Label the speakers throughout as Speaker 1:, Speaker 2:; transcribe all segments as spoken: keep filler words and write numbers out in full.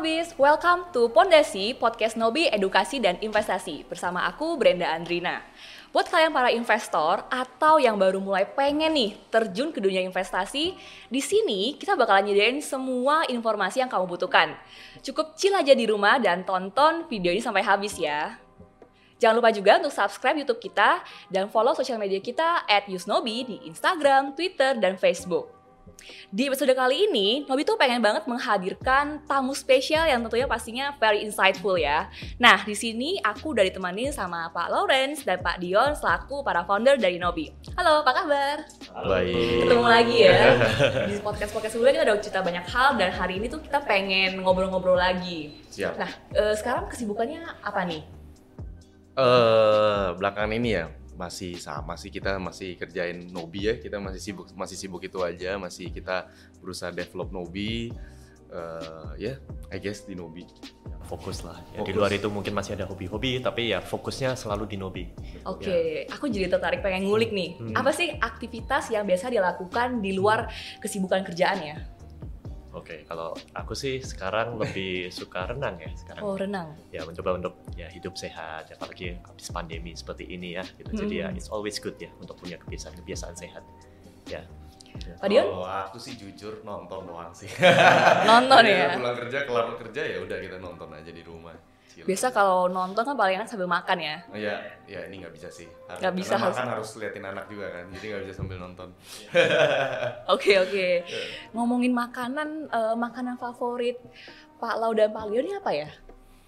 Speaker 1: Nobis, welcome to Pondasi, podcast Nobi Edukasi dan Investasi bersama aku Brenda Andrina. Buat kalian para investor atau yang baru mulai pengen nih terjun ke dunia investasi, di sini kita bakalan nyediain semua informasi yang kamu butuhkan. Cukup chill aja di rumah dan tonton video ini sampai habis ya. Jangan lupa juga untuk subscribe YouTube kita dan follow sosial media kita at usenobi di Instagram, Twitter, dan Facebook. Di episode kali ini, Nobi tuh pengen banget menghadirkan tamu spesial yang tentunya pastinya very insightful ya. Nah, di sini aku udah ditemani sama Pak Lawrence dan Pak Dion selaku para founder dari Nobi. Halo, apa kabar?
Speaker 2: Baik.
Speaker 1: Ketemu lagi ya. Di podcast-podcast sebelumnya kita udah cerita banyak hal dan hari ini tuh kita pengen ngobrol-ngobrol lagi.
Speaker 2: Siap.
Speaker 1: Nah, eh, sekarang kesibukannya apa nih?
Speaker 2: Eh, belakangan ini ya masih sama sih, kita masih kerjain Nobi ya, kita masih sibuk masih sibuk itu aja, masih kita berusaha develop Nobi, uh, ya, yeah, I guess di Nobi.
Speaker 3: Fokus lah. Ya,
Speaker 2: Fokus.
Speaker 3: Di luar itu mungkin masih ada hobi-hobi, tapi ya fokusnya selalu di Nobi.
Speaker 1: Oke, okay. ya. Aku jadi tertarik pengen ngulik nih. Hmm. Apa sih aktivitas yang biasa dilakukan di luar kesibukan kerjaan ya?
Speaker 3: Oke, okay, kalau aku sih sekarang lebih suka renang ya sekarang.
Speaker 1: Oh, renang.
Speaker 3: Ya, mencoba untuk ya hidup sehat, apalagi habis pandemi seperti ini ya. Gitu. Hmm. Jadi ya it's always good ya untuk punya kebiasaan-kebiasaan sehat. Ya.
Speaker 1: Pak Dion?
Speaker 2: Oh, aku sih jujur nonton doang sih.
Speaker 1: Nonton ya?
Speaker 2: Pulang kerja, kelar kerja ya udah kita nonton aja di rumah.
Speaker 1: Biasa kalau nonton kan paling enak sambil makan ya?
Speaker 2: Oh ya, ya ini nggak bisa sih. Harus,
Speaker 1: nggak bisa harus.
Speaker 2: Makan harus liatin anak juga kan, jadi nggak bisa sambil nonton.
Speaker 1: Oke oke. Ngomongin makanan, uh, makanan favorit Pak Lau dan Pak Leo ini apa ya?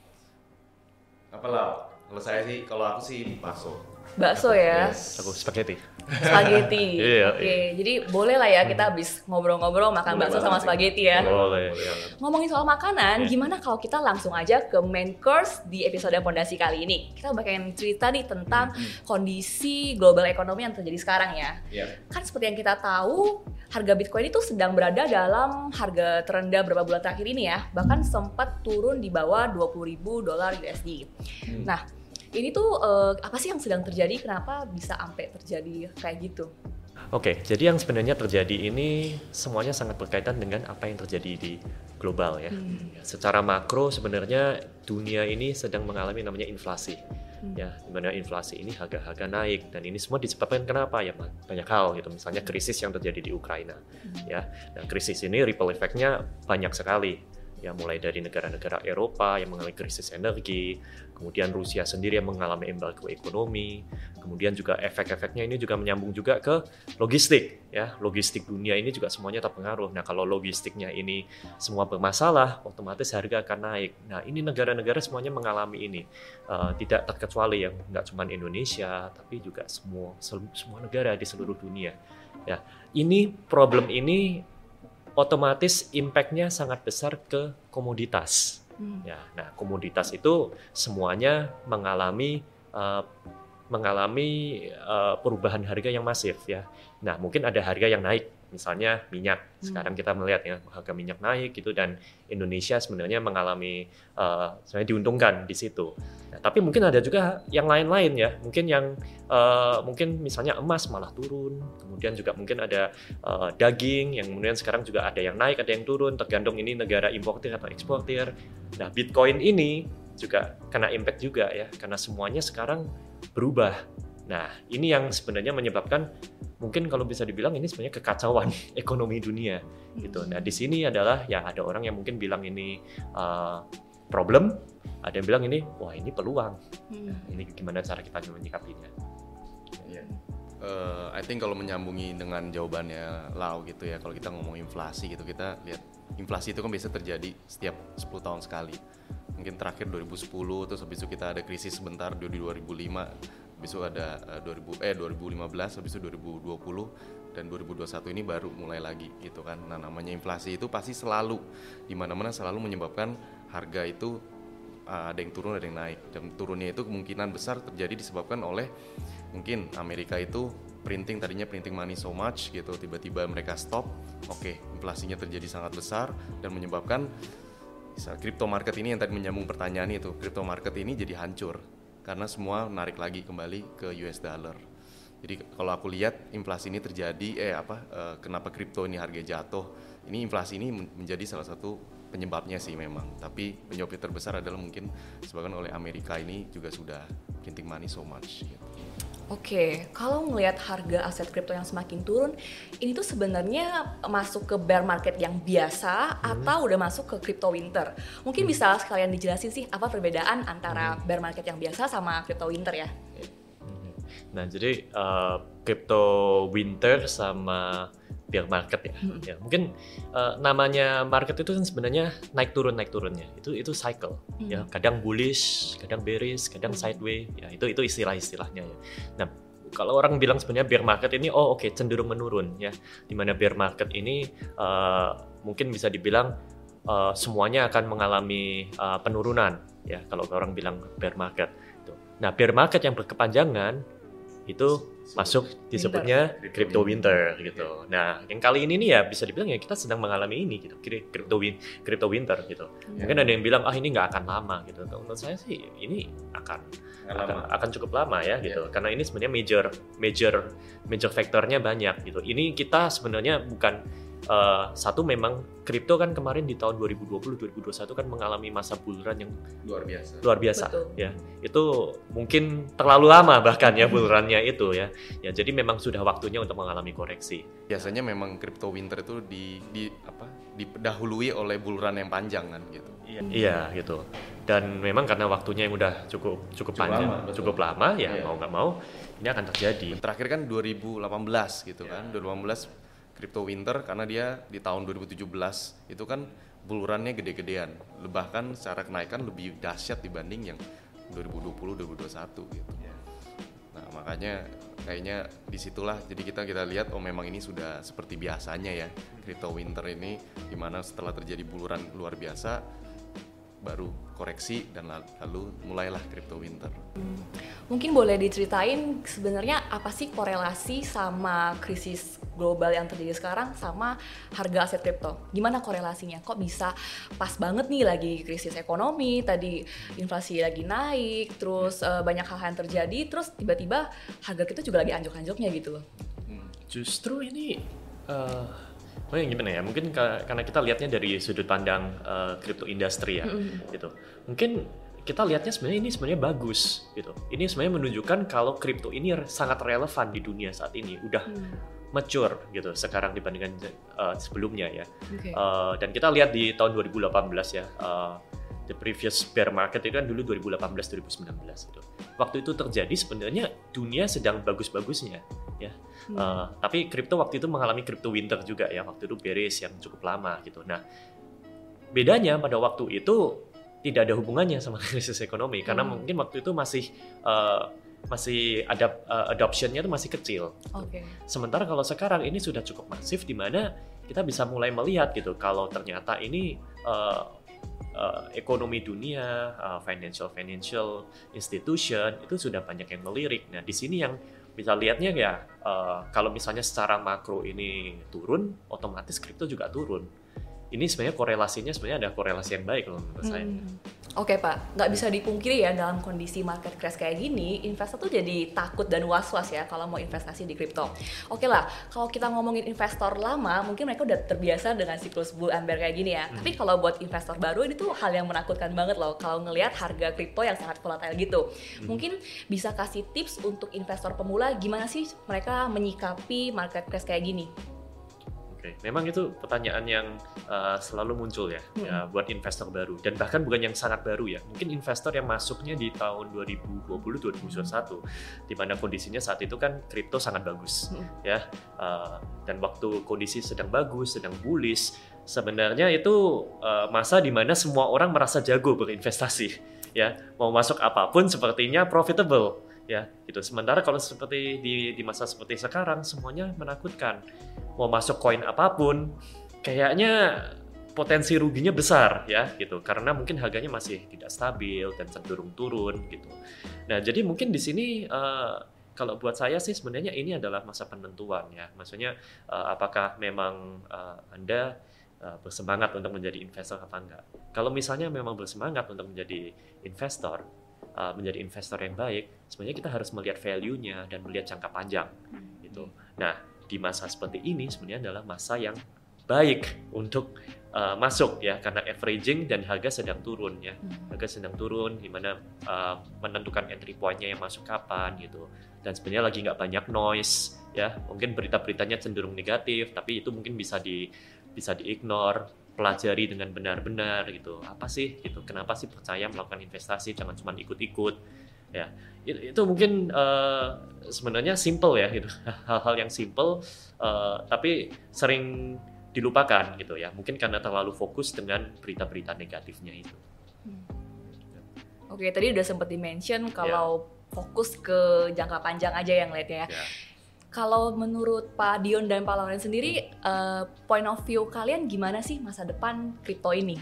Speaker 2: Apa Lau? Kalau saya sih, kalau aku sih bakso.
Speaker 1: Bakso ya?
Speaker 2: Yes.
Speaker 3: Aku spaghetti.
Speaker 1: Spaghetti.
Speaker 3: Iya,
Speaker 1: Oke, okay. Jadi boleh lah ya kita habis ngobrol-ngobrol makan boleh bakso sama spaghetti ya.
Speaker 3: Boleh.
Speaker 1: Ngomongin soal makanan, yeah. Gimana kalau kita langsung aja ke main course di episode Pondasi kali ini? Kita bakalan cerita nih tentang hmm. kondisi global ekonomi yang terjadi sekarang ya.
Speaker 2: Yeah.
Speaker 1: Kan seperti yang kita tahu, harga Bitcoin itu sedang berada dalam harga terendah beberapa bulan terakhir ini ya. Bahkan sempat turun di bawah dua puluh ribu dolar U S D. Hmm. Nah, ini tuh uh, apa sih yang sedang terjadi? Kenapa bisa sampai terjadi kayak gitu?
Speaker 3: Oke, jadi yang sebenarnya terjadi ini semuanya sangat berkaitan dengan apa yang terjadi di global ya. Hmm. Secara makro sebenarnya dunia ini sedang mengalami namanya inflasi. Hmm. Ya, di mana inflasi ini harga-harga naik dan ini semua disebabkan kenapa ya banyak hal gitu. Misalnya krisis yang terjadi di Ukraina. Hmm. Ya, dan krisis ini ripple effect-nya banyak sekali. Ya, mulai dari negara-negara Eropa yang mengalami krisis energi, kemudian Rusia sendiri yang mengalami embargo ekonomi, kemudian juga efek-efeknya ini juga menyambung juga ke logistik, ya logistik dunia ini juga semuanya terpengaruh. Nah, kalau logistiknya ini semua bermasalah, otomatis harga akan naik. Nah, ini negara-negara semuanya mengalami ini, uh, tidak terkecuali yang nggak cuma Indonesia, tapi juga semua semua negara di seluruh dunia. Ya, ini problem ini otomatis impact-nya sangat besar ke komoditas. Hmm. Ya, nah komoditas itu semuanya mengalami uh, mengalami uh, perubahan harga yang masif ya. Nah, mungkin ada harga yang naik, misalnya minyak. Sekarang kita melihat ya harga minyak naik gitu dan Indonesia sebenarnya mengalami uh, sebenarnya diuntungkan di situ. Nah, tapi mungkin ada juga yang lain-lain ya. Mungkin yang uh, mungkin misalnya emas malah turun. Kemudian juga mungkin ada uh, daging yang kemudian sekarang juga ada yang naik, ada yang turun, tergantung ini negara importir atau eksportir. Nah, Bitcoin ini juga kena impact juga ya, karena semuanya sekarang berubah. Nah, ini yang sebenarnya menyebabkan mungkin kalau bisa dibilang ini sebenarnya kekacauan ekonomi dunia gitu. Nah, di sini adalah ya ada orang yang mungkin bilang ini uh, problem, ada yang bilang ini wah ini peluang. Nah, ini gimana cara kita menyikapinya?
Speaker 2: Yeah. Uh, I think kalau menyambungi dengan jawabannya Lau gitu ya, kalau kita ngomong inflasi gitu, kita lihat inflasi itu kan biasa terjadi setiap sepuluh tahun sekali. Mungkin terakhir dua ribu sepuluh, terus habis itu kita ada krisis sebentar di dua ribu lima, habis itu ada uh, dua ribu eh dua ribu lima belas, habis itu dua ribu dua puluh dan dua ribu dua puluh satu ini baru mulai lagi gitu kan. Nah, namanya inflasi itu pasti selalu di mana-mana selalu menyebabkan harga itu uh, ada yang turun, ada yang naik. Dan turunnya itu kemungkinan besar terjadi disebabkan oleh mungkin Amerika itu printing, tadinya printing money so much gitu, tiba-tiba mereka stop, oke, okay, inflasinya terjadi sangat besar dan menyebabkan crypto market ini yang tadi menyambung pertanyaan itu, crypto market ini jadi hancur karena semua narik lagi kembali ke U S dollar. Jadi kalau aku lihat inflasi ini terjadi, eh apa, uh, kenapa kripto ini harga jatuh? Ini inflasi ini menjadi salah satu penyebabnya sih memang. Tapi penyebab terbesar adalah mungkin disebabkan oleh Amerika ini juga sudah printing money so much. Gitu.
Speaker 1: Oke, kalau ngelihat harga aset kripto yang semakin turun, ini tuh sebenarnya masuk ke bear market yang biasa hmm. atau udah masuk ke crypto winter? Mungkin hmm. bisa sekalian dijelasin sih apa perbedaan antara hmm. bear market yang biasa sama crypto winter ya?
Speaker 3: Nah, jadi uh, crypto winter sama bear market ya. Hmm. Ya mungkin uh, namanya market itu kan sebenarnya naik turun naik turunnya. Itu itu cycle. Hmm. Ya, kadang bullish, kadang bearish, kadang hmm. sideways. Ya, itu itu istilah-istilahnya ya. Nah, kalau orang bilang sebenarnya bear market ini oh oke okay, cenderung menurun ya. Di mana bear market ini uh, mungkin bisa dibilang uh, semuanya akan mengalami uh, penurunan ya kalau orang bilang bear market. Itu. Nah, bear market yang berkepanjangan itu masuk disebutnya crypto winter gitu. Nah, yang kali ini nih ya bisa dibilang ya kita sedang mengalami ini gitu, crypto win, crypto winter gitu. Yeah. Mungkin ada yang bilang ah ini nggak akan lama gitu. Menurut saya sih ini akan akan, akan cukup lama ya gitu. Yeah. Karena ini sebenarnya major major major faktornya banyak gitu. Ini kita sebenarnya bukan Uh, satu memang kripto kan kemarin di tahun dua ribu dua puluh dua ribu dua puluh satu kan mengalami masa bull run yang
Speaker 2: luar biasa.
Speaker 3: Luar biasa ya. Itu mungkin terlalu lama bahkan ya bull run-nya itu ya. Ya jadi memang sudah waktunya untuk mengalami koreksi.
Speaker 2: Biasanya memang crypto winter itu di di apa? didahului oleh bull run yang panjang kan gitu.
Speaker 3: Iya, iya gitu. Dan memang karena waktunya yang udah cukup cukup, cukup panjang, lama, cukup lama ya, yeah. mau nggak mau ini akan terjadi.
Speaker 2: Terakhir kan dua ribu delapan belas gitu yeah. kan. dua ribu delapan belas crypto winter karena dia di tahun dua ribu tujuh belas itu kan bull run-nya gede-gedean, bahkan secara kenaikan lebih dahsyat dibanding yang dua ribu dua puluh dua ribu dua puluh satu gitu. Nah makanya kayaknya disitulah jadi kita kita lihat oh memang ini sudah seperti biasanya ya crypto winter ini, dimana setelah terjadi bull run luar biasa baru koreksi dan lalu mulailah crypto winter.
Speaker 1: Hmm. Mungkin boleh diceritain sebenarnya apa sih korelasi sama krisis global yang terjadi sekarang sama harga aset kripto? Gimana korelasinya? Kok bisa pas banget nih lagi krisis ekonomi, tadi inflasi lagi naik, terus uh, banyak hal yang terjadi, terus tiba-tiba harga kripto juga lagi anjlok-anjloknya gitu loh.
Speaker 3: Hmm. Justru ini uh... Oh yang gimana ya? Mungkin ka- karena kita lihatnya dari sudut pandang uh, crypto industry ya, mm-hmm. gitu. Mungkin kita lihatnya sebenarnya ini sebenarnya bagus, gitu. Ini sebenarnya menunjukkan kalau crypto ini sangat relevan di dunia saat ini, udah mm. mature gitu sekarang dibandingkan uh, sebelumnya ya. Okay. Uh, dan kita lihat di tahun dua ribu delapan belas ya, uh, the previous bear market itu kan dulu dua ribu delapan belas dua ribu sembilan belas gitu. Waktu itu terjadi sebenarnya dunia sedang bagus-bagusnya ya. Hmm. Uh, tapi kripto waktu itu mengalami crypto winter juga ya, waktu itu bearish yang cukup lama gitu. Nah, bedanya pada waktu itu tidak ada hubungannya sama krisis ekonomi karena hmm. mungkin waktu itu masih uh, masih ada uh, adoption-nya itu masih kecil.
Speaker 1: Okay.
Speaker 3: Sementara kalau sekarang ini sudah cukup masif di mana kita bisa mulai melihat gitu kalau ternyata ini uh, uh, ekonomi dunia, uh, financial financial institution itu sudah banyak yang melirik. Nah, di sini yang bisa lihatnya ya, uh, kalau misalnya secara makro ini turun, otomatis kripto juga turun. Ini sebenarnya korelasinya sebenarnya ada korelasi yang baik loh menurut hmm. saya.
Speaker 1: Oke Pak, nggak bisa dipungkiri ya dalam kondisi market crash kayak gini, investor tuh jadi takut dan was-was ya kalau mau investasi di kripto. Oke lah, kalau kita ngomongin investor lama, mungkin mereka udah terbiasa dengan siklus bull and bear kayak gini ya. Hmm. Tapi kalau buat investor baru ini tuh hal yang menakutkan banget loh kalau ngelihat harga kripto yang sangat volatile gitu. Hmm. Mungkin bisa kasih tips untuk investor pemula gimana sih mereka menyikapi market crash kayak gini?
Speaker 3: Oke, memang itu pertanyaan yang uh, selalu muncul ya, hmm. ya buat investor baru dan bahkan bukan yang sangat baru ya. Mungkin investor yang masuknya di tahun dua ribu dua puluh dua ribu dua puluh satu di mana kondisinya saat itu kan kripto sangat bagus hmm. ya. Uh, dan waktu kondisi sedang bagus, sedang bullish, sebenarnya itu uh, masa di mana semua orang merasa jago berinvestasi ya. Mau masuk apapun sepertinya profitable. Ya, gitu. Sementara kalau seperti di di masa seperti sekarang semuanya menakutkan. Mau masuk koin apapun kayaknya potensi ruginya besar ya gitu. Karena mungkin harganya masih tidak stabil dan cenderung turun gitu. Nah, jadi mungkin di sini uh, kalau buat saya sih sebenarnya ini adalah masa penentuan ya. Maksudnya uh, apakah memang uh, Anda uh, bersemangat untuk menjadi investor apa enggak. Kalau misalnya memang bersemangat untuk menjadi investor, uh, menjadi investor yang baik, sebenarnya kita harus melihat value-nya dan melihat jangka panjang gitu. Nah, di masa seperti ini sebenarnya adalah masa yang baik untuk uh, masuk ya, karena averaging dan harga sedang turun ya. Harga sedang turun di mana uh, menentukan entry point-nya yang masuk kapan gitu. Dan sebenarnya lagi nggak banyak noise ya. Mungkin berita-beritanya cenderung negatif, tapi itu mungkin bisa di bisa di-ignore, pelajari dengan benar-benar gitu. Apa sih gitu? Kenapa sih percaya melakukan investasi, jangan cuma ikut-ikut ya. Itu, itu mungkin uh, sebenarnya simple ya gitu. Hal-hal yang simple uh, tapi sering dilupakan gitu ya, mungkin karena terlalu fokus dengan berita-berita negatifnya itu.
Speaker 1: Hmm. Oke, tadi udah sempat di-mention kalau yeah. fokus ke jangka panjang aja yang lihatnya ya. Yeah. Kalau menurut Pak Dion dan Pak Lauren sendiri, uh, point of view kalian gimana sih masa depan kripto ini?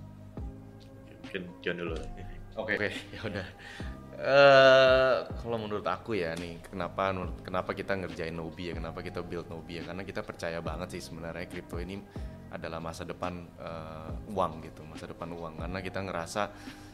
Speaker 3: Mungkin Dion dulu.
Speaker 2: Oke, okay. ya udah. Uh, kalau menurut aku ya nih, kenapa kenapa kita ngerjain Nobi ya, kenapa kita build Nobi ya, karena kita percaya banget sih sebenarnya kripto ini adalah masa depan uh, uang gitu, masa depan uang, karena kita ngerasa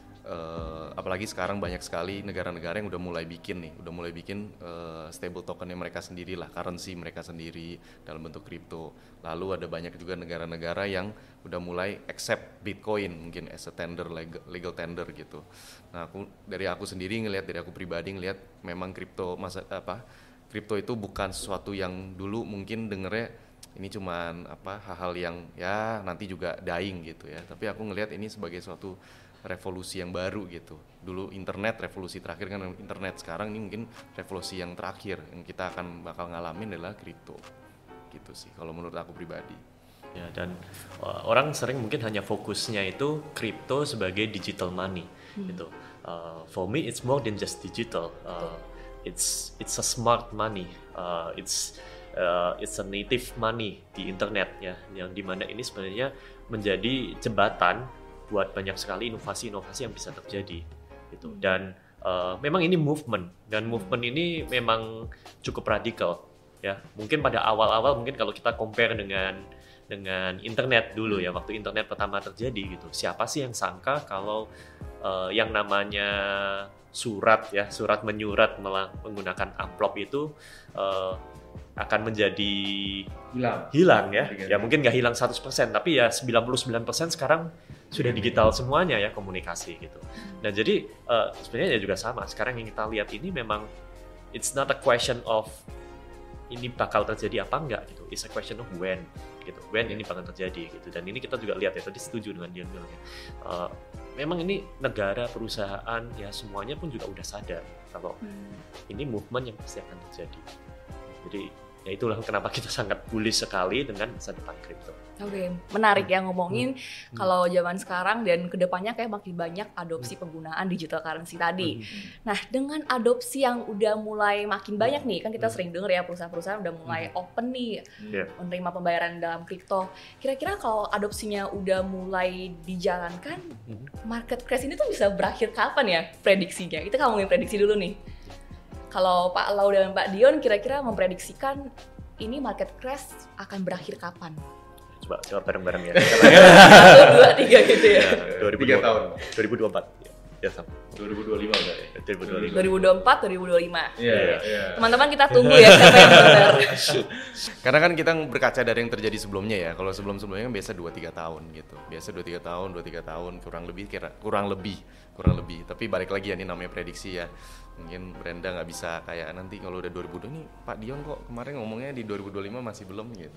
Speaker 2: uh, apalagi sekarang banyak sekali negara-negara yang udah mulai bikin nih, udah mulai bikin uh, stable tokennya mereka sendiri lah, currency mereka sendiri dalam bentuk kripto. Lalu ada banyak juga negara-negara yang udah mulai accept Bitcoin mungkin as a tender, legal, legal tender gitu. Nah, aku dari aku sendiri ngelihat, dari aku pribadi ngelihat memang kripto masa apa? Kripto itu bukan sesuatu yang dulu mungkin dengernya ini cuman apa hal-hal yang ya nanti juga dying gitu ya. Tapi aku ngelihat ini sebagai suatu revolusi yang baru gitu. Dulu internet revolusi terakhir kan internet, sekarang ini mungkin revolusi yang terakhir yang kita akan bakal ngalamin adalah kripto. Gitu sih kalau menurut aku pribadi.
Speaker 3: Ya, dan uh, orang sering mungkin hanya fokusnya itu kripto sebagai digital money hmm. gitu. Uh, for me it's more than just digital. Uh, it's it's a smart money. Uh, it's uh, it's a native money di internet ya, yang dimana ini sebenarnya menjadi jembatan buat banyak sekali inovasi-inovasi yang bisa terjadi gitu. Dan uh, memang ini movement, dan movement ini memang cukup radikal ya. Mungkin pada awal-awal mungkin kalau kita compare dengan dengan internet dulu ya, waktu internet pertama terjadi gitu, siapa sih yang sangka kalau uh, yang namanya surat ya, surat menyurat menggunakan amplop itu uh, akan menjadi
Speaker 2: hilang,
Speaker 3: hilang ya. Ya mungkin nggak hilang seratus persen, tapi ya sembilan puluh sembilan persen sekarang sudah digital semuanya ya, komunikasi gitu. Nah jadi uh, sebenarnya juga sama, sekarang yang kita lihat ini memang it's not a question of ini bakal terjadi apa enggak gitu, it's a question of when gitu, when ini bakal terjadi gitu. Dan ini kita juga lihat ya, tadi setuju dengan Dion bilang ya, uh, memang ini negara, perusahaan ya semuanya pun juga udah sadar kalau hmm. ini movement yang pasti akan terjadi. Jadi ya itulah kenapa kita sangat bullish sekali dengan masa depan kripto.
Speaker 1: Oke, okay. Menarik ya ngomongin hmm. kalau zaman sekarang dan kedepannya kayak makin banyak adopsi hmm. penggunaan digital currency tadi. Hmm. Nah, dengan adopsi yang udah mulai makin banyak nih, kan kita hmm. sering dengar ya perusahaan-perusahaan udah mulai hmm. open nih yeah. menerima pembayaran dalam kripto. Kira-kira kalau adopsinya udah mulai dijalankan, hmm. market crash ini tuh bisa berakhir kapan ya prediksinya? Kita kan ngomongin prediksi dulu nih. Kalau Pak Lau dan Pak Dion kira-kira memprediksikan ini market crash akan berakhir kapan?
Speaker 3: Coba jawab bareng-bareng ya.
Speaker 1: Satu, dua, tiga gitu ya.
Speaker 3: dua ribu dua tahun. dua ribu dua puluh empat. Ya sama.
Speaker 2: dua ribu dua puluh lima enggak ya?
Speaker 1: dua ribu dua puluh lima. dua ribu dua puluh empat, dua ribu dua puluh lima.
Speaker 2: Iya, yeah, yeah.
Speaker 1: Teman-teman kita tunggu ya siapa yang benar.
Speaker 2: Karena kan kita berkaca dari yang terjadi sebelumnya ya. Kalau sebelum-sebelumnya kan biasa dua tiga tahun gitu. Biasa dua tiga tahun, dua tiga tahun kurang lebih kira kurang lebih, kurang lebih. Tapi balik lagi ya, ini namanya prediksi ya. Mungkin Brenda nggak bisa kayak nanti kalau udah dua ribu dua nih Pak Dion kok kemarin ngomongnya di dua ribu dua puluh lima masih belum gitu.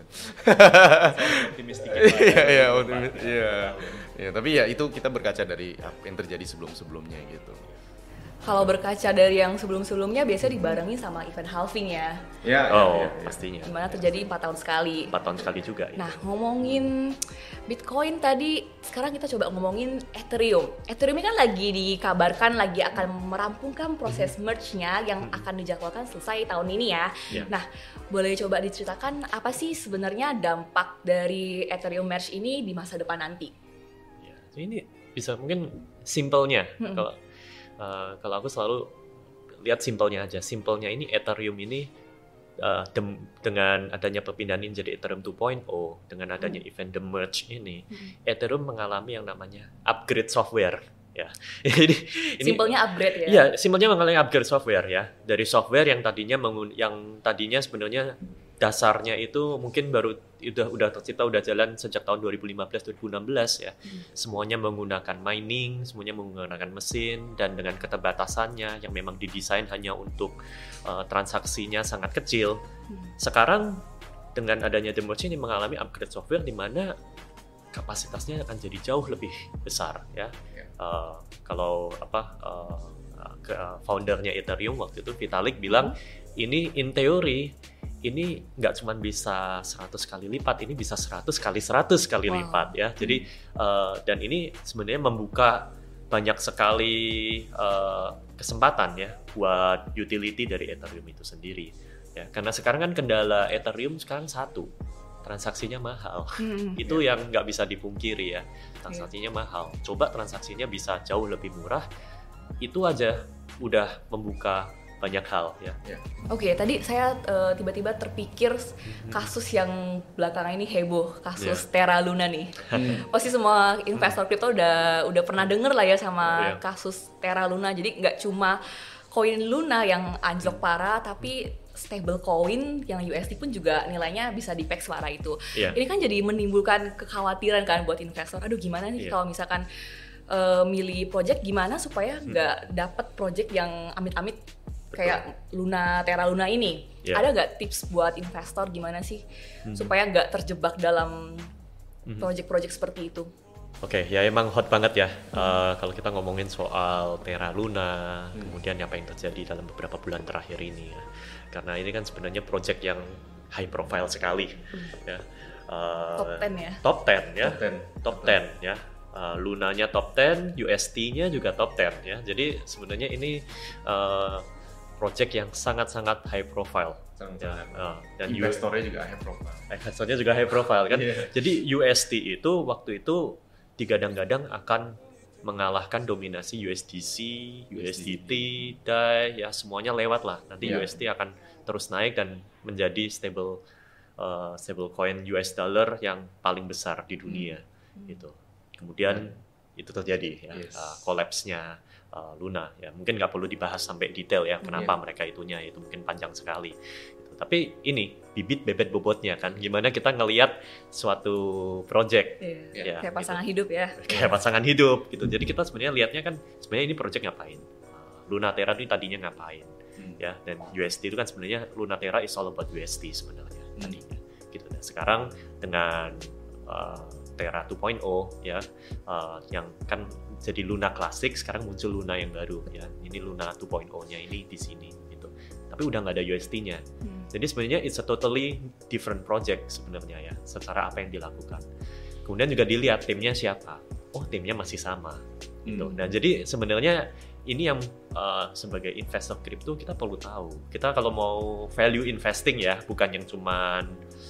Speaker 3: Optimis dikit.
Speaker 2: Iya, iya, optimis. Iya. Ya, tapi ya itu kita berkaca dari apa yang terjadi sebelum-sebelumnya gitu.
Speaker 1: Kalau berkaca dari yang sebelum-sebelumnya biasanya dibarengi sama event halving ya.
Speaker 2: Ya,
Speaker 3: oh,
Speaker 2: ya, ya,
Speaker 3: pastinya.
Speaker 1: Dimana terjadi empat tahun sekali.
Speaker 3: empat tahun sekali juga.
Speaker 1: Nah, ya. Ngomongin Bitcoin tadi, sekarang kita coba ngomongin Ethereum. Ethereum ini kan lagi dikabarkan lagi akan merampungkan proses merge-nya yang akan dijadwalkan selesai tahun ini ya. Yeah. Nah, boleh coba diceritakan apa sih sebenarnya dampak dari Ethereum merge ini di masa depan nanti?
Speaker 3: Ya, ini bisa mungkin simpelnya
Speaker 1: hmm.
Speaker 3: kalau Uh, kalau aku selalu lihat simpelnya aja. Simpelnya ini Ethereum ini uh, dem, dengan adanya perpindahan ini jadi Ethereum dua titik nol, dengan adanya hmm. event the merge ini, hmm. Ethereum mengalami yang namanya upgrade software ya. Jadi ini
Speaker 1: simpelnya upgrade ya.
Speaker 3: Iya, simpelnya mengenai upgrade software ya. Dari software yang tadinya mengun, yang tadinya sebenarnya dasarnya itu mungkin baru udah udah tercipta, udah jalan sejak tahun dua ribu lima belas dua ribu enam belas ya. Hmm. Semuanya menggunakan mining, semuanya menggunakan mesin dan dengan keterbatasannya yang memang didesain hanya untuk uh, transaksinya sangat kecil. Hmm. Sekarang dengan adanya The Merge ini mengalami upgrade software di mana kapasitasnya akan jadi jauh lebih besar ya. Uh, kalau apa uh, ke, uh, foundernya Ethereum waktu itu Vitalik bilang hmm. ini in teori ini nggak cuma bisa seratus kali lipat, ini bisa seratus kali seratus kali wow. lipat ya. Jadi uh, dan ini sebenarnya membuka banyak sekali uh, kesempatan ya buat utility dari Ethereum itu sendiri ya. Karena sekarang kan kendala Ethereum sekarang satu, transaksinya mahal. Hmm, itu ya. Yang nggak bisa dipungkiri ya. Transaksinya yeah. mahal. Coba transaksinya bisa jauh lebih murah, itu aja udah membuka banyak hal ya. Yeah.
Speaker 1: Oke, okay, tadi saya uh, tiba-tiba terpikir kasus yang belakangan ini heboh, kasus yeah. Terra Luna nih. Pasti semua investor kripto udah udah pernah denger lah ya sama yeah. kasus Terra Luna. Jadi nggak cuma koin Luna yang anjlok parah, tapi stable coin yang U S D pun juga nilainya bisa di-peg suara itu. Yeah. Ini kan jadi menimbulkan kekhawatiran kan buat investor. Aduh gimana nih yeah. kalau misalkan uh, milih project, gimana supaya nggak hmm. dapat project yang amit-amit kayak Luna, Terra Luna ini. Yeah. Ada nggak tips buat investor gimana sih hmm. supaya nggak terjebak dalam hmm. project-project seperti itu?
Speaker 3: Oke, okay, ya emang hot banget ya. Hmm. Uh, kalau kita ngomongin soal Terra Luna, hmm. kemudian apa yang terjadi dalam beberapa bulan terakhir ini ya. Karena ini kan sebenarnya project yang high profile sekali. Hmm. Ya. Uh,
Speaker 1: top sepuluh ya?
Speaker 3: Top sepuluh ya. Top sepuluh, top sepuluh ya. Uh, Lunanya top sepuluh, U S D-nya juga top sepuluh ya. Jadi sebenarnya ini uh, project yang sangat-sangat high profile.
Speaker 2: Ya, uh, dan investornya juga high profile.
Speaker 3: Investornya juga high profile kan. Yeah. Jadi U S D itu waktu itu digadang-gadang akan mengalahkan dominasi U S D C, U S D T, D A I, ya semuanya lewat lah. Nanti yeah. U S D akan terus naik dan menjadi stable uh, stable coin U S dollar yang paling besar di dunia hmm. gitu. Kemudian hmm. itu terjadi ya, yes. uh, collapse-nya uh, Luna ya. Mungkin nggak perlu dibahas sampai detail ya kenapa yeah. mereka itunya, itu mungkin panjang sekali. Tapi ini bibit bebet bobotnya kan, gimana kita ngelihat suatu project
Speaker 1: yeah. ya, kayak pasangan gitu. hidup ya,
Speaker 3: kayak pasangan hidup gitu. Jadi kita sebenarnya lihatnya kan sebenarnya ini project ngapain, Luna Terra itu tadinya ngapain, hmm. ya, dan U S D itu kan sebenarnya Luna Terra is all about U S D sebenarnya hmm. tadinya, gitu. Dan sekarang dengan uh, Terra dua titik nol ya, uh, yang kan jadi Luna klasik, sekarang muncul Luna yang baru ya. Ini Luna dua titik nol-nya ini di sini gitu. Tapi udah nggak ada U S D-nya. Hmm. Jadi sebenarnya it's a totally different project sebenarnya ya, secara apa yang dilakukan. Kemudian juga dilihat timnya siapa. Oh, timnya masih sama gitu. Hmm. Nah, jadi sebenarnya ini yang uh, sebagai investor kripto kita perlu tahu. Kita kalau mau value investing ya, bukan yang cuman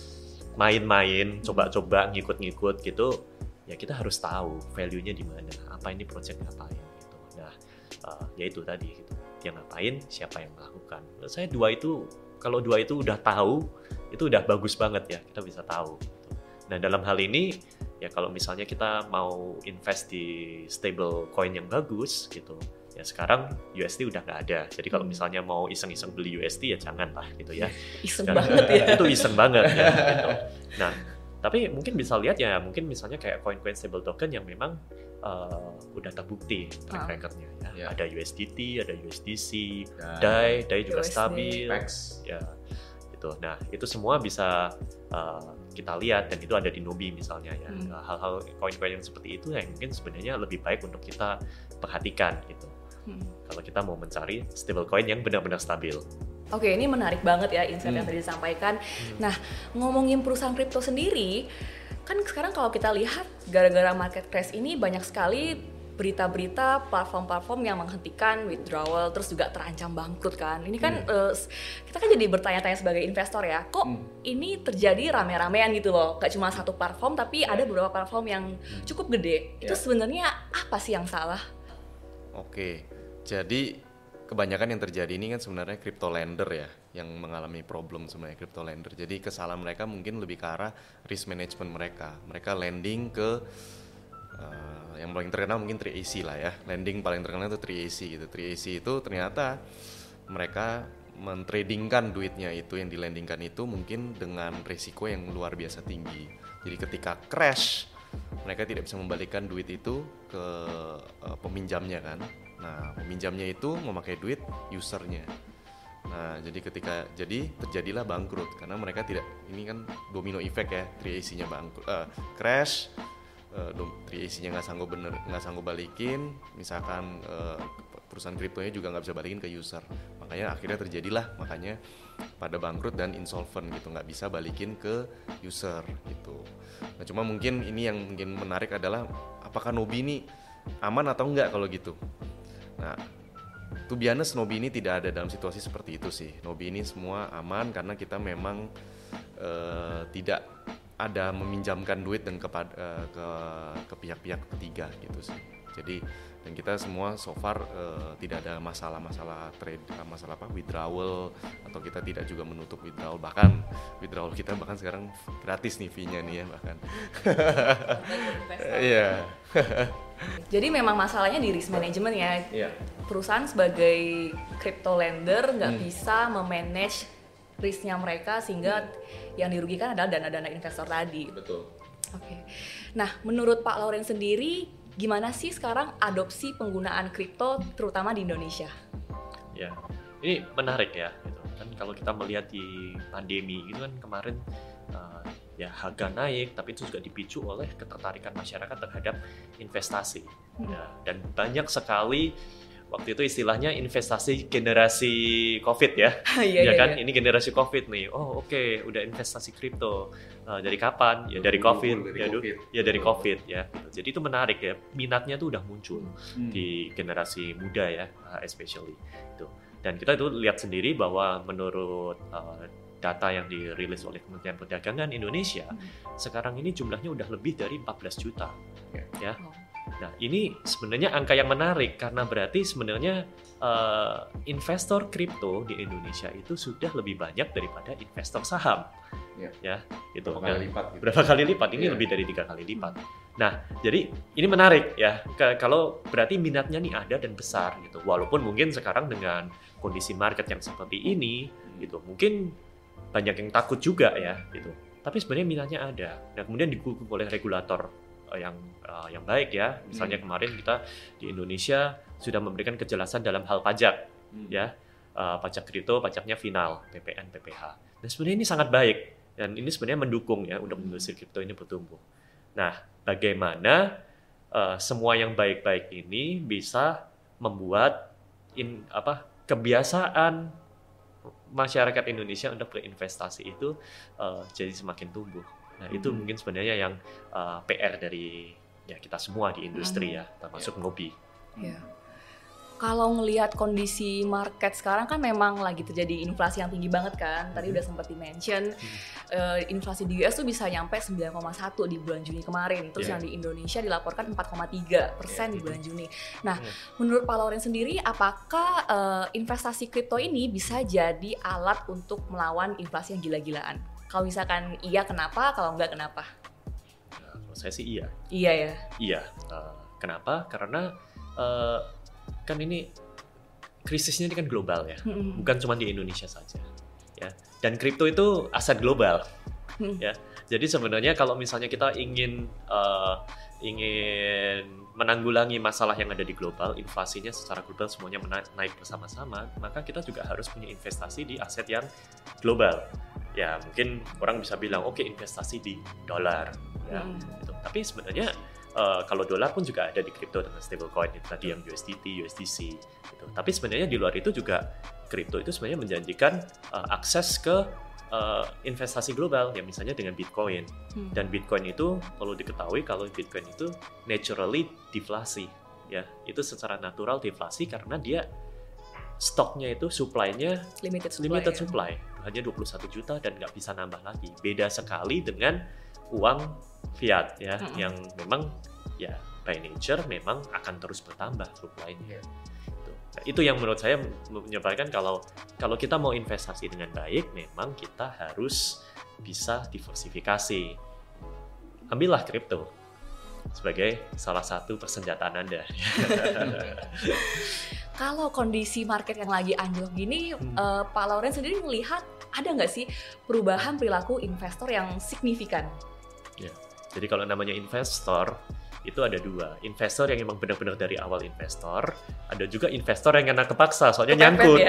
Speaker 3: main-main, coba-coba, ngikut-ngikut gitu, ya kita harus tahu value-nya di mana, apa ini project ngapain gitu. Nah, uh, ya itu tadi gitu. Dia ngapain, siapa yang melakukan. Menurut saya dua itu, kalau dua itu udah tahu, itu udah bagus banget ya, kita bisa tahu gitu. Nah, dalam hal ini ya kalau misalnya kita mau invest di stable coin yang bagus gitu, ya sekarang U S D udah nggak ada. Jadi kalau misalnya mau iseng-iseng beli U S D ya jangan lah gitu ya.
Speaker 1: Iseng
Speaker 3: sekarang,
Speaker 1: banget ya.
Speaker 3: Itu iseng banget ya. Gitu. Nah, tapi mungkin bisa lihat ya, mungkin misalnya kayak koin-koin stable token yang memang uh, udah terbukti track uh. record-nya ya. Yeah. Ada U S D T, ada U S D C, yeah. D A I, D A I juga U S D. Stabil. Max. Ya, gitu. Nah, itu semua bisa uh, kita lihat dan itu ada di Nobi misalnya ya. Hmm. Hal-hal koin-koin yang seperti itu yang mungkin sebenarnya lebih baik untuk kita perhatikan gitu. Hmm. Kalau kita mau mencari stablecoin yang benar-benar stabil.
Speaker 1: Oke, ini menarik banget ya insight hmm. yang tadi disampaikan. Hmm. Nah, ngomongin perusahaan kripto sendiri, kan sekarang kalau kita lihat gara-gara market crash ini banyak sekali berita-berita platform-platform yang menghentikan withdrawal terus juga terancam bangkrut kan. Ini kan hmm. uh, kita kan jadi bertanya-tanya sebagai investor ya, kok hmm. ini terjadi rame-ramean gitu loh. Gak cuma satu platform tapi ada beberapa platform yang cukup gede. Itu yeah. sebenarnya apa sih yang salah?
Speaker 2: Oke, jadi kebanyakan yang terjadi ini kan sebenarnya crypto lender ya, yang mengalami problem sebenarnya crypto lender. Jadi kesalahan mereka mungkin lebih ke arah risk management mereka. Mereka lending ke uh, yang paling terkenal mungkin tiga A C lah ya, lending paling terkenal itu tiga A C gitu. tiga A C itu ternyata mereka mentradingkan duitnya itu yang dilendingkan itu mungkin dengan risiko yang luar biasa tinggi. Jadi ketika crash, mereka tidak bisa membalikkan duit itu ke uh, peminjamnya kan. Nah, peminjamnya itu memakai duit usernya. Nah, jadi ketika jadi terjadilah bangkrut karena mereka tidak, ini kan domino effect ya, tiga A C-nya bangkrut, uh, crash, uh, tiga A C-nya nggak sanggup bener, nggak sanggup balikin, misalkan uh, perusahaan kriptonya juga nggak bisa balikin ke user. Makanya akhirnya terjadilah makanya pada bangkrut dan insolvent gitu, nggak bisa balikin ke user gitu. Nah, cuma mungkin ini yang mungkin menarik adalah apakah Nobi ini aman atau enggak kalau gitu. Nah, to be honest, Nobi ini tidak ada dalam situasi seperti itu sih. Nobi ini semua aman karena kita memang uh, tidak ada meminjamkan duit dan kepada uh, ke ke pihak-pihak ketiga gitu sih. Jadi dan kita semua so far uh, tidak ada masalah-masalah trade, masalah apa withdrawal, atau kita tidak juga menutup withdrawal, bahkan withdrawal kita bahkan sekarang gratis nih fee-nya nih ya bahkan. Iya.
Speaker 1: Jadi memang masalahnya di risk management ya.
Speaker 2: Iya.
Speaker 1: Perusahaan sebagai crypto lender nggak
Speaker 2: Hmm.
Speaker 1: bisa memanage risknya mereka sehingga yang dirugikan adalah dana-dana investor tadi.
Speaker 2: Betul.
Speaker 1: Oke. Nah, menurut Pak Lauren sendiri, gimana sih sekarang adopsi penggunaan kripto terutama di Indonesia?
Speaker 3: Ya, ini menarik ya. Gitu. Kan kalau kita melihat di pandemi itu kan kemarin uh, ya harga naik, tapi itu juga dipicu oleh ketertarikan masyarakat terhadap investasi.
Speaker 1: Hmm.
Speaker 3: Ya, dan banyak sekali waktu itu istilahnya investasi generasi COVID ya.
Speaker 1: Iya,
Speaker 3: Ya
Speaker 1: iya,
Speaker 3: kan,
Speaker 1: iya.
Speaker 3: ini generasi COVID nih. Oh oke, okay, udah investasi kripto. Uh, dari kapan? Ya dari COVID.
Speaker 2: Dari
Speaker 3: ya, du-
Speaker 2: COVID.
Speaker 3: ya dari COVID ya. Gitu. Jadi itu menarik ya. Minatnya tuh udah muncul
Speaker 2: Hmm.
Speaker 3: di generasi muda ya, uh, especially itu. Dan kita itu lihat sendiri bahwa menurut uh, data yang dirilis oleh Kementerian Perdagangan Indonesia,
Speaker 1: Hmm.
Speaker 3: sekarang ini jumlahnya udah lebih dari empat belas juta. Ya.
Speaker 1: Oh.
Speaker 3: Nah, ini sebenarnya angka yang menarik karena berarti sebenarnya uh, investor kripto di Indonesia itu sudah lebih banyak daripada investor saham.
Speaker 2: Ya.
Speaker 3: Ya, gitu.
Speaker 2: Berapa kali
Speaker 3: Nah,
Speaker 2: lipat gitu.
Speaker 3: berapa kali lipat? Ini
Speaker 2: Iya.
Speaker 3: lebih dari tiga kali lipat. Nah, jadi ini menarik ya. K- kalau berarti minatnya nih ada dan besar gitu. Walaupun mungkin sekarang dengan kondisi market yang seperti ini gitu, mungkin banyak yang takut juga ya gitu. Tapi sebenarnya minatnya ada. Nah, kemudian didukung oleh regulator uh, yang uh, yang baik ya. Misalnya kemarin kita di Indonesia sudah memberikan kejelasan dalam hal pajak
Speaker 2: Hmm.
Speaker 3: ya. Uh, pajak kripto, pajaknya final, P P N, P P H. Dan sebenarnya ini sangat baik. Dan ini sebenarnya mendukung ya untuk industri kripto ini bertumbuh. Nah, bagaimana uh, semua yang baik-baik ini bisa membuat in, apa kebiasaan masyarakat Indonesia untuk berinvestasi itu uh, jadi semakin tumbuh. Nah, itu
Speaker 2: Hmm.
Speaker 3: mungkin sebenarnya yang uh, P R dari ya kita semua di industri ya, termasuk Nobi.
Speaker 1: Ya. Kalau ngelihat kondisi market sekarang kan memang lagi terjadi inflasi yang tinggi banget kan. Tadi udah sempat di-mention uh, inflasi di U S tuh bisa nyampe sembilan koma satu di bulan Juni kemarin. Terus
Speaker 2: Yeah.
Speaker 1: yang di Indonesia dilaporkan empat koma tiga persen di bulan Juni. Nah,
Speaker 3: Yeah.
Speaker 1: menurut Pak Lauren sendiri apakah uh, investasi kripto ini bisa jadi alat untuk melawan inflasi yang gila-gilaan? Kalau misalkan iya kenapa, kalau enggak kenapa?
Speaker 3: Nah, kalau saya sih iya.
Speaker 1: Iya ya.
Speaker 3: Iya. Uh, kenapa? Karena uh, kan ini krisisnya ini kan global ya,
Speaker 1: Hmm.
Speaker 3: bukan cuma di Indonesia saja, ya. Dan kripto itu aset global,
Speaker 1: Hmm.
Speaker 3: ya. Jadi sebenarnya kalau misalnya kita ingin uh, ingin menanggulangi masalah yang ada di global, inflasinya secara global semuanya mena- naik bersama-sama, maka kita juga harus punya investasi di aset yang global. Ya mungkin orang bisa bilang oke okay, investasi di dolar, ya.
Speaker 1: Hmm.
Speaker 3: Gitu. Tapi sebenarnya Uh, kalau dolar pun juga ada di kripto dengan stablecoin itu tadi yang U S D T, U S D C gitu. Tapi sebenarnya di luar itu juga kripto itu sebenarnya menjanjikan uh, akses ke uh, investasi global ya misalnya dengan Bitcoin.
Speaker 1: Hmm.
Speaker 3: Dan Bitcoin itu perlu diketahui kalau Bitcoin itu naturally deflasi ya. Itu secara natural deflasi karena dia stoknya itu supply-nya
Speaker 1: Limited supply.
Speaker 3: limited
Speaker 1: ya.
Speaker 3: supply, hanya dua puluh satu juta dan nggak bisa nambah lagi. Beda sekali dengan uang fiat ya,
Speaker 1: Mm-mm.
Speaker 3: yang memang ya by nature memang akan terus bertambah supply-nya. Itu. Nah, itu yang menurut saya menyebabkan kalau kalau kita mau investasi dengan baik, memang kita harus bisa diversifikasi. Ambillah kripto. sebagai salah satu persenjataan Anda.
Speaker 1: Kalau kondisi market yang lagi anjlok gini, hmm. uh, Pak Lawrence sendiri melihat ada nggak sih perubahan perilaku investor yang signifikan?
Speaker 3: Ya, jadi kalau namanya investor itu ada dua, investor yang memang benar-benar dari awal investor, ada juga investor yang kena kepaksa, soalnya
Speaker 1: Kepepet
Speaker 3: nyangkut.
Speaker 1: Ya?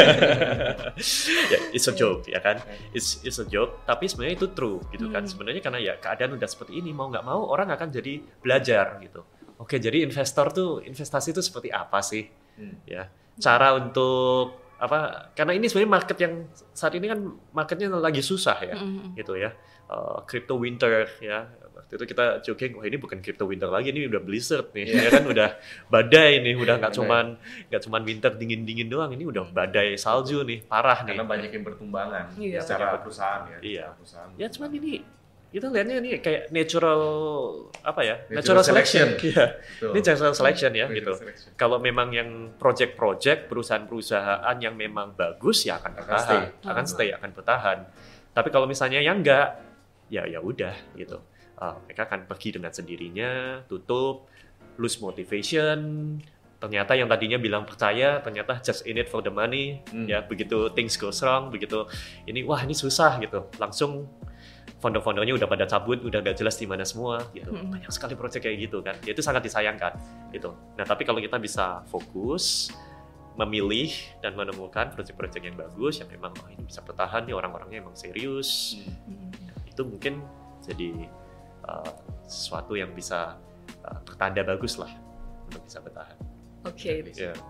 Speaker 3: Ya, it's a joke ya kan, it's it's a joke, tapi sebenarnya itu true gitu kan. Hmm. Sebenarnya karena ya keadaan udah seperti ini, mau nggak mau orang akan jadi belajar gitu. Oke, jadi investor tuh investasi itu seperti apa sih? Hmm. Ya, cara untuk apa? Karena ini sebenarnya market yang saat ini kan marketnya lagi susah ya, hmm. gitu ya. Uh, crypto winter ya. Waktu itu kita joking, wah ini bukan crypto winter lagi, ini udah blizzard nih, yeah. ya kan udah badai nih, udah nggak cuman nggak cuman winter dingin-dingin doang, ini udah badai salju nih, parah nih.
Speaker 2: Karena banyak yang bertumbangan
Speaker 1: yeah.
Speaker 2: secara perusahaan ya.
Speaker 3: Iya.
Speaker 2: Perusahaan.
Speaker 3: Ya cuman ini kita lihatnya ini kayak natural apa ya,
Speaker 2: natural,
Speaker 3: natural selection,
Speaker 2: selection.
Speaker 3: Iya. Ini natural selection ya
Speaker 2: natural
Speaker 3: gitu.
Speaker 2: Selection.
Speaker 3: Kalau memang yang project-project perusahaan-perusahaan yang memang bagus ya akan bertahan, akan stay, akan, stay, akan bertahan. Tapi kalau misalnya yang enggak, ya ya udah gitu. Uh, mereka akan pergi dengan sendirinya, tutup, lose motivation. Ternyata yang tadinya bilang percaya, ternyata just in it for the money. Hmm. Ya begitu things go wrong, begitu ini wah ini susah gitu, langsung founder-foundernya udah pada cabut, udah gak jelas di mana semua. Gitu. Hmm. Banyak sekali project kayak gitu kan. Ya, itu sangat disayangkan. Gitu. Nah tapi kalau kita bisa fokus, memilih dan menemukan project-project yang bagus, yang memang oh, ini bisa bertahan nih orang-orangnya emang serius, hmm. nah, itu mungkin jadi Uh, sesuatu yang bisa uh, pertanda bagus lah untuk bisa bertahan.
Speaker 1: Oke. Okay.
Speaker 3: Yeah.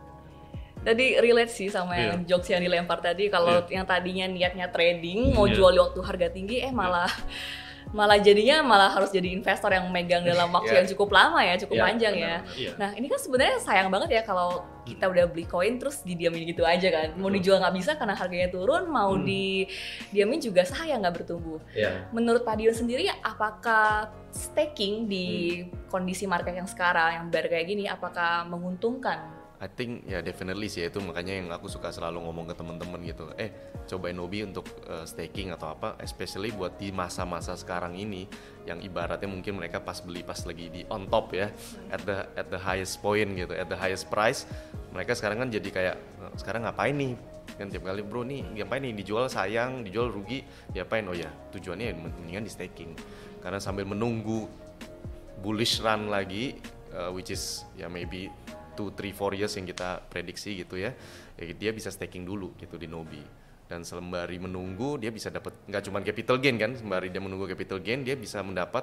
Speaker 1: Tadi relate sih sama yeah. yang jokes yang dilempar tadi, kalau yeah. yang tadinya niatnya trading mau yeah. jual di waktu harga tinggi, eh malah yeah. malah jadinya malah harus jadi investor yang megang dalam waktu yeah. yang cukup lama ya, cukup yeah, panjang benar, ya. Yeah. Nah ini kan sebenarnya sayang banget ya kalau kita udah beli koin terus didiamin gitu aja kan. Mau dijual nggak bisa karena harganya turun, mau hmm. didiamin juga sayang nggak bertumbuh. Yeah. Menurut Pak Dion sendiri, apakah staking di hmm. kondisi market yang sekarang yang bar kayak gini, apakah menguntungkan?
Speaker 2: I think ya yeah, definitely sih, itu makanya yang aku suka selalu ngomong ke teman-teman gitu. Eh cobain Nobi untuk uh, staking atau apa, especially buat di masa-masa sekarang ini yang ibaratnya mungkin mereka pas beli pas lagi di on top ya, at the at the highest point gitu, at the highest price. Mereka sekarang kan jadi kayak sekarang ngapain nih? Kan tiap kali bro nih ngapain nih, dijual sayang, dijual rugi, diapain? Oh ya tujuannya mendingan di staking. Karena sambil menunggu bullish run lagi, uh, which is ya maybe two, three, four years yang kita prediksi gitu ya, ya dia bisa staking dulu gitu di Nobi. Dan sembari menunggu dia bisa dapat nggak cuma capital gain kan, sembari dia menunggu capital gain dia bisa mendapat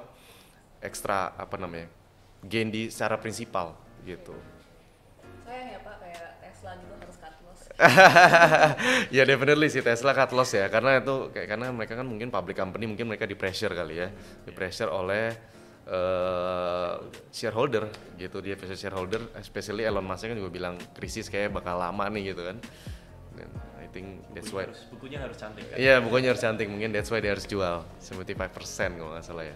Speaker 2: ekstra apa namanya gain di secara prinsipal gitu.
Speaker 1: Sayang ya Pak, kayak Tesla gitu harus cut loss.
Speaker 2: Ya definitely sih Tesla cut loss ya, karena itu kayak karena mereka kan mungkin public company, mungkin mereka di pressure kali ya, di pressure oleh Uh, shareholder gitu, dia bisa shareholder, especially Elon Musk kan juga bilang krisis kayak bakal lama nih gitu kan. Dan I think that's why
Speaker 3: harus, bukunya harus cantik kan?
Speaker 2: Iya, bukunya harus cantik, mungkin that's why dia harus jual seventy-five percent kalau nggak salah ya.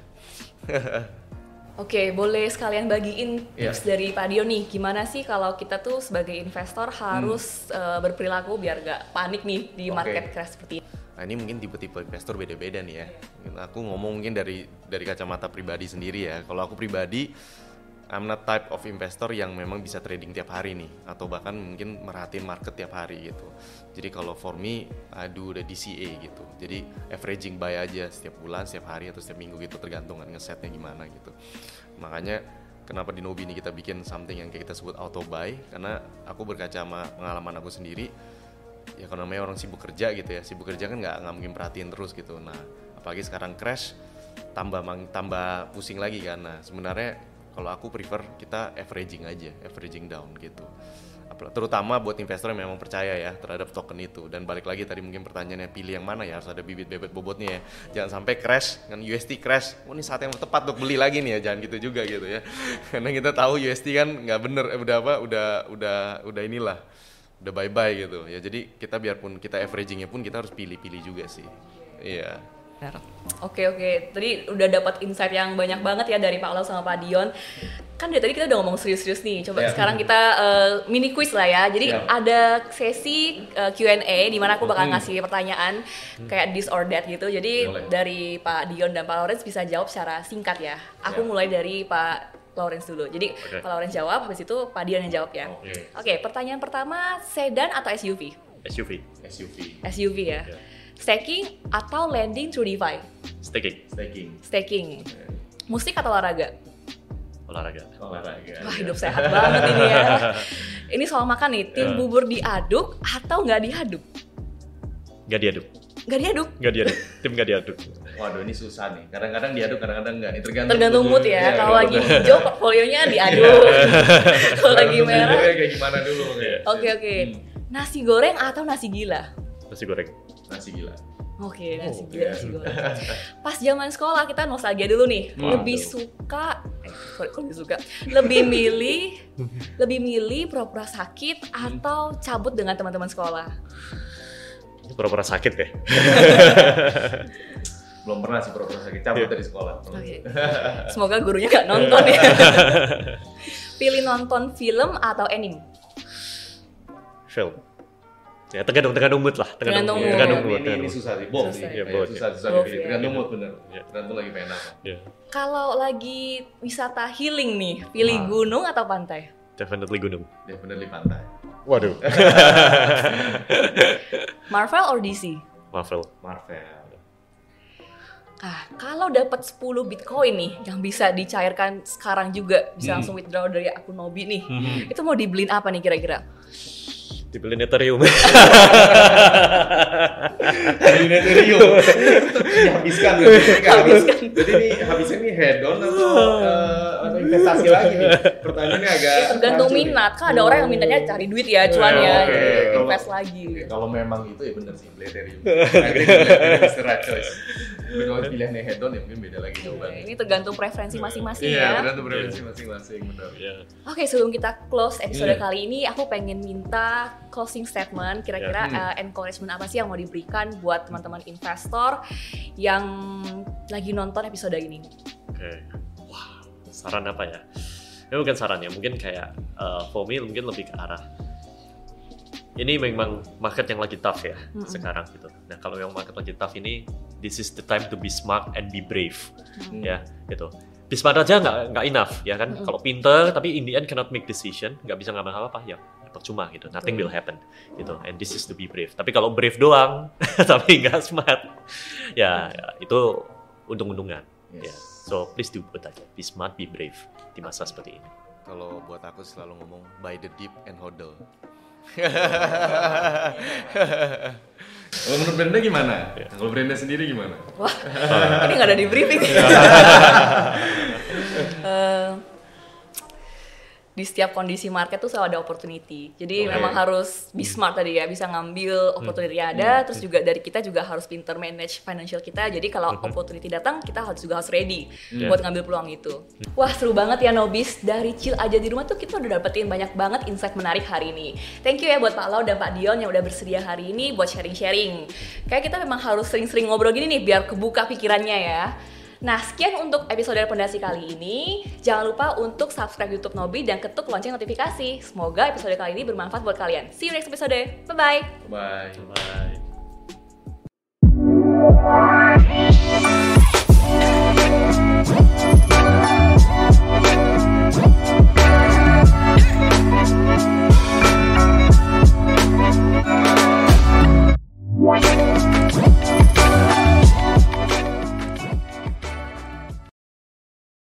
Speaker 1: Oke, okay, boleh sekalian bagiin tips
Speaker 2: yeah.
Speaker 1: dari Pak Dion nih, gimana sih kalau kita tuh sebagai investor harus hmm. uh, berperilaku biar gak panik nih di market okay. crash seperti ini?
Speaker 2: Nah ini mungkin tipe-tipe investor beda-beda nih ya. Aku ngomong mungkin dari dari kacamata pribadi sendiri ya. Kalau aku pribadi, I'm not type of investor yang memang bisa trading tiap hari nih, atau bahkan mungkin merhatiin market tiap hari gitu. Jadi kalau for me, I do the D C A gitu. Jadi averaging buy aja setiap bulan, setiap hari atau setiap minggu gitu, tergantung kan ngesetnya gimana gitu. Makanya kenapa di Nobi ini kita bikin something yang kayak kita sebut auto buy, karena aku berkaca sama pengalaman aku sendiri. Ya kalau namanya orang sibuk kerja gitu ya, sibuk kerja kan nggak nggak mungkin perhatiin terus gitu. Nah apalagi sekarang crash, tambah tambah pusing lagi kan. Nah sebenarnya kalau aku prefer kita averaging aja, averaging down gitu. Terutama buat investor yang memang percaya ya terhadap token itu. Dan balik lagi tadi mungkin pertanyaannya pilih yang mana ya, harus ada bibit bebet bobotnya ya. Jangan sampai crash, kan U S D crash, oh ini saat yang tepat untuk beli lagi nih ya, jangan gitu juga gitu ya. Karena kita tahu U S D kan nggak bener, eh, udah apa, udah udah udah inilah. Udah bye-bye gitu ya, jadi kita biarpun kita averagingnya pun kita harus pilih-pilih juga sih. Iya.
Speaker 1: Oke oke, tadi udah dapat insight yang banyak banget ya dari Pak Lau sama Pak Dion. Kan dari tadi kita udah ngomong serius-serius nih, coba yeah. sekarang kita uh, mini quiz lah ya. Jadi yeah. ada sesi uh, Q and A di mana aku bakal ngasih pertanyaan hmm. kayak this or that gitu. Jadi boleh. Dari Pak Dion dan Pak Lawrence bisa jawab secara singkat ya. Aku yeah. mulai dari Pak Lawrence dulu. Jadi
Speaker 3: Okay.
Speaker 1: Pak Lawrence jawab, habis itu Pak Dion yang jawab ya.
Speaker 3: Oke.
Speaker 1: Oke, okay, pertanyaan pertama, sedan atau S U V?
Speaker 3: S U V,
Speaker 2: S U V.
Speaker 1: S U V ya.
Speaker 3: Yeah.
Speaker 1: Staking atau landing through DeFi?
Speaker 3: staking,
Speaker 2: Staking.
Speaker 1: Staking. Musik atau olahraga?
Speaker 3: olahraga.
Speaker 2: Olahraga.
Speaker 1: Wah, hidup sehat banget ini ya. Ini soal makan nih, tim
Speaker 3: Ya.
Speaker 1: bubur diaduk atau nggak diaduk?
Speaker 3: Nggak diaduk,
Speaker 1: Nggak diaduk.
Speaker 3: nggak diaduk, tim nggak diaduk.
Speaker 2: Waduh, ini susah nih. Kadang-kadang diaduk, kadang-kadang enggak. Ini tergantung
Speaker 1: Tergantung mood ya.
Speaker 2: Iya,
Speaker 1: Kalau lagi
Speaker 2: betul.
Speaker 1: hijau portfolionya diaduk. Kalau lagi
Speaker 2: Tergantung
Speaker 1: merah.
Speaker 2: moodnya kayak gimana dulu. kayak.
Speaker 1: Oke oke.
Speaker 2: Hmm,
Speaker 1: Nasi goreng atau nasi gila?
Speaker 3: Nasi goreng.
Speaker 2: Nasi gila.
Speaker 1: Oke, nasi
Speaker 3: Oh,
Speaker 1: gila,
Speaker 2: iya.
Speaker 1: nasi goreng. Pas zaman sekolah kita nostalgia dulu nih.
Speaker 3: Waduh.
Speaker 1: Lebih suka eh sorry, kok lebih suka. Lebih milih lebih milih pura-pura sakit atau cabut dengan teman-teman sekolah?
Speaker 3: Ini pura-pura sakit ya.
Speaker 2: Belum pernah sih pura-pura sakit. Cabut
Speaker 3: Iya.
Speaker 2: dari sekolah.
Speaker 1: Oke. Semoga gurunya gak nonton ya. Pilih nonton film atau anime?
Speaker 3: Film. Ya tergantung tergantung mood lah,
Speaker 1: Tergantung mood.
Speaker 3: tergantung
Speaker 2: Ini,
Speaker 3: mood.
Speaker 2: ini, ini
Speaker 3: tergantung mood.
Speaker 2: susah sih. Both
Speaker 1: Susah.
Speaker 2: sih.
Speaker 3: Iya,
Speaker 2: Kayak
Speaker 3: both,
Speaker 2: susah, susah
Speaker 1: Both,
Speaker 2: dipilih.
Speaker 1: ya.
Speaker 2: Tergantung mood bener.
Speaker 3: Iya.
Speaker 2: Tergantung lagi pengen apa.
Speaker 3: Ya,
Speaker 1: Kalau lagi wisata healing nih, pilih
Speaker 2: Ah.
Speaker 1: gunung atau pantai?
Speaker 3: definitely gunung.
Speaker 2: Definitely pantai.
Speaker 3: Waduh.
Speaker 1: Marvel or D C?
Speaker 3: Marvel.
Speaker 2: Marvel.
Speaker 1: Ah, kalau dapat sepuluh Bitcoin nih yang bisa dicairkan sekarang juga, bisa
Speaker 2: Hmm.
Speaker 1: langsung withdraw dari akun Nobi nih.
Speaker 2: Hmm.
Speaker 1: Itu mau dibeliin apa nih kira-kira?
Speaker 3: Dibeliin Ethereum.
Speaker 2: Beli Ethereum. Dihabiskan tuh.
Speaker 1: Habiskan.
Speaker 2: Jadi ini habisnya ini head on atau eh, atau investasi lagi nih? Pertanyaannya agak
Speaker 1: Ya, tergantung
Speaker 2: rancu nih.
Speaker 1: minat. Kan ada orang yang mintanya cari duit ya, cuan
Speaker 2: Oh,
Speaker 1: ya,
Speaker 2: oke.
Speaker 1: jadi
Speaker 2: Kalau-
Speaker 1: invest lagi.
Speaker 2: Oke, kalau memang itu ya bener sih beli Ethereum. I think Ethereum is the right choice. Tapi kalau pilihannya head on ya mungkin beda lagi jawabannya.
Speaker 1: Ini tergantung preferensi masing-masing
Speaker 2: Iya,
Speaker 1: ya.
Speaker 2: tergantung preferensi masing-masing benar.
Speaker 3: Ya.
Speaker 1: Oke, sebelum kita close episode
Speaker 2: Iya.
Speaker 1: kali ini, aku pengen minta closing statement. Kira-kira
Speaker 2: Iya.
Speaker 1: uh, encouragement apa sih yang mau diberikan buat teman-teman investor yang lagi nonton episode ini?
Speaker 3: Oke. Wah, saran apa ya? Ya bukan saran ya, mungkin kayak uh, for me mungkin lebih ke arah ini memang market yang lagi tough ya
Speaker 1: Mm-mm.
Speaker 3: sekarang gitu. Nah kalau yang market lagi tough ini, this is the time to be smart and be brave,
Speaker 2: Hmm.
Speaker 3: ya gitu. Be smart aja nggak nggak enough ya kan.
Speaker 1: Mm-mm.
Speaker 3: Kalau pinter tapi in the end cannot make decision, nggak bisa ngambil apa-apa ya percuma gitu. Nothing
Speaker 1: Betul.
Speaker 3: will happen gitu. And this is to be brave. Tapi kalau brave doang tapi nggak smart, ya, ya itu untung-untungan.
Speaker 2: Yes.
Speaker 3: Ya. So please do both aja. Be smart, be brave di masa seperti ini.
Speaker 2: Kalau buat aku selalu ngomong buy the dip and hodl. Kalau menurut Brenda gimana? Kalau Brenda sendiri gimana?
Speaker 1: Wah, ini nggak ada di briefing. Eh, di setiap kondisi market tuh selalu ada opportunity. Jadi
Speaker 2: Oke.
Speaker 1: memang harus be smart tadi ya, bisa ngambil opportunity yang ada. Terus juga dari kita juga harus pinter manage financial kita. Jadi kalau opportunity datang, kita harus juga harus ready
Speaker 3: Yeah.
Speaker 1: buat ngambil peluang itu. Wah, seru banget ya Nobis. Dari chill aja di rumah tuh kita udah dapetin banyak banget insight menarik hari ini. Thank you ya buat Pak Lau dan Pak Dion yang udah bersedia hari ini buat sharing-sharing. Kayak kita memang harus sering-sering ngobrol gini nih biar kebuka pikirannya ya. Nah, sekian untuk episode Pondasi kali ini. Jangan lupa untuk subscribe YouTube Nobi dan ketuk lonceng notifikasi. Semoga episode kali ini bermanfaat buat kalian. See you next episode. Bye-bye.
Speaker 2: Bye.
Speaker 3: Bye.